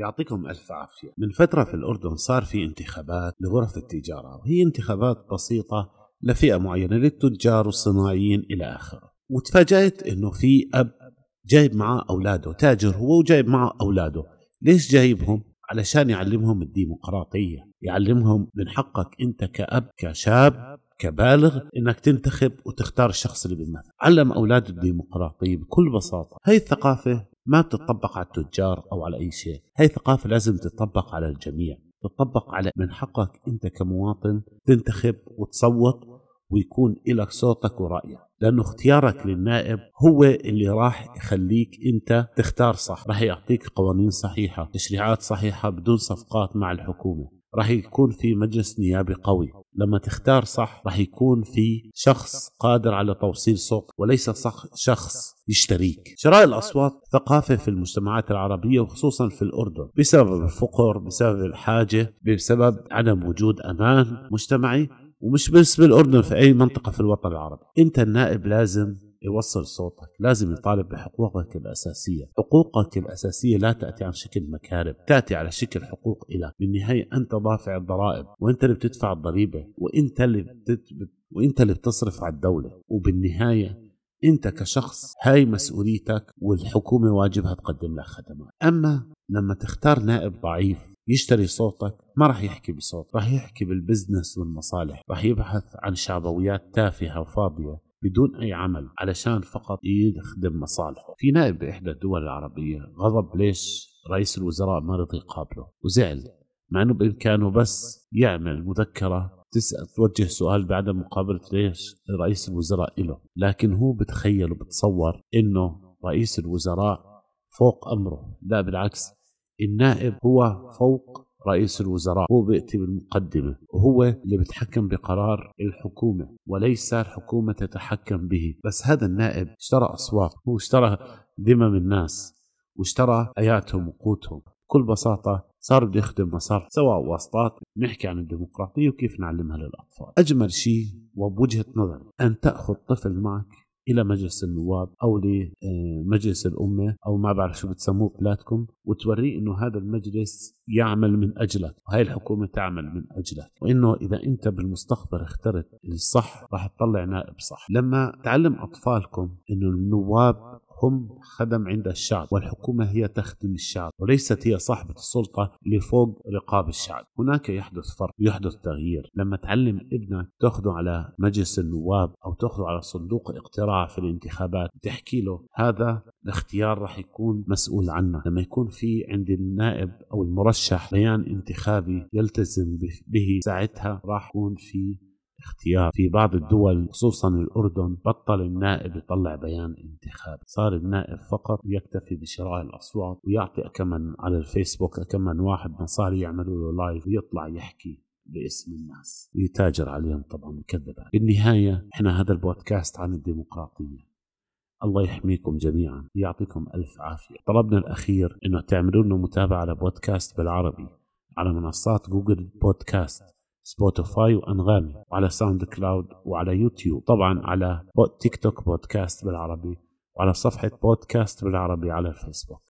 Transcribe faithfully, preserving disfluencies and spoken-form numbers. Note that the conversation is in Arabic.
يعطيكم ألف عافية. من فترة في الأردن صار في انتخابات لغرف التجارة، وهي انتخابات بسيطة لفئة معينة للتجار والصناعيين إلى آخره. وتفاجأت إنه في أب جايب معه أولاده، تاجر هو وجايب معه أولاده. ليش جايبهم؟ علشان يعلمهم الديمقراطية، يعلمهم من حقك أنت كأب كشاب كبالغ إنك تنتخب وتختار الشخص اللي بيمثل. علم أولاده الديمقراطية بكل بساطة. هاي الثقافة ما بتطبق على التجار أو على أي شيء، هاي ثقافة لازم تطبق على الجميع، تطبق على من حقك أنت كمواطن تنتخب وتصوت ويكون لك صوتك ورأيك، لأنه اختيارك للنائب هو اللي راح يخليك أنت تختار صح، راح يعطيك قوانين صحيحة، تشريعات صحيحة بدون صفقات مع الحكومة، راح يكون في مجلس نيابي قوي. لما تختار صح راح يكون في شخص قادر على توصيل صوت وليس شخص يشتريك. شراء الأصوات ثقافة في المجتمعات العربية وخصوصا في الأردن بسبب الفقر، بسبب الحاجة، بسبب عدم وجود أمان مجتمعي، ومش بس بالأردن، في أي منطقة في الوطن العربي. أنت النائب لازم يوصل صوتك، لازم يطالب بحقوقك الأساسية. حقوقك الأساسية لا تأتي عن شكل مكارم، تأتي على شكل حقوق إله. بالنهاية أنت دافع الضرائب، وأنت اللي بتدفع الضريبة، وأنت اللي بتت... وأنت اللي بتصرف على الدولة، وبالنهاية أنت كشخص هاي مسؤوليتك، والحكومة واجبها تقدم لك خدمات. أما لما تختار نائب ضعيف يشتري صوتك، ما راح يحكي بصوت، راح يحكي بالبزنس والمصالح، راح يبحث عن شعبويات تافهة وفاضية بدون أي عمل علشان فقط يخدم مصالحه. في نائب بإحدى الدول العربية غضب ليش رئيس الوزراء ما رضي يقابله وزعل، مع أنه بإمكانه بس يعمل مذكرة تسأل توجه سؤال بعدم مقابلة ليش رئيس الوزراء له، لكن هو بتخيل وبتصور إنه رئيس الوزراء فوق أمره. لا بالعكس، النائب هو فوق رئيس الوزراء، هو بيأتي بالمقدمة وهو اللي بيتحكم بقرار الحكومة وليس الحكومة تتحكم به. بس هذا النائب اشترى أصوات، هو اشترى ذمم الناس واشترى حياتهم وقوتهم. بكل بساطة صار بده يخدم مصالح سواء واسطات. نحكي عن الديمقراطية وكيف نعلمها للأطفال. أجمل شيء وبوجهة نظري أن تأخذ طفل معك إلى مجلس النواب أو لمجلس الأمة أو ما بعرف شو بتسموه بلادكم، وتوريه إنه هذا المجلس يعمل من أجلك وهي الحكومة تعمل من أجلك، وإنه إذا أنت بالمستقبل اخترت الصح راح تطلع نائب صح. لما تعلم أطفالكم إنه النواب هم خدم عند الشعب والحكومة هي تخدم الشعب وليست هي صاحبة السلطة اللي فوق رقاب الشعب، هناك يحدث فرق ويحدث تغيير. لما تعلم ابنك تأخذه على مجلس النواب أو تأخذه على صندوق اقتراع في الانتخابات، تحكي له هذا الاختيار راح يكون مسؤول عنه. لما يكون في عند النائب أو المرشح بيان انتخابي يلتزم به، ساعتها راح يكون في اختيار. في بعض الدول خصوصا الأردن بطل النائب يطلع بيان انتخابي، صار النائب فقط يكتفي بشراء الأصوات ويعطي كمان على الفيسبوك كمان واحد مصاري يعملوا له لايف ويطلع يحكي باسم الناس ويتاجر عليهم. طبعا يكذب. بالنهاية احنا هذا البودكاست عن الديمقراطية. الله يحميكم جميعا، يعطيكم ألف عافية. طلبنا الأخير إنه تعملوا لنا متابعة على بودكاست بالعربي على منصات جوجل بودكاست، سبوتيفاي وأنغامي، وعلى ساوند كلاود، وعلى يوتيوب، طبعا على تيك توك بودكاست بالعربي، وعلى صفحة بودكاست بالعربي على الفيسبوك.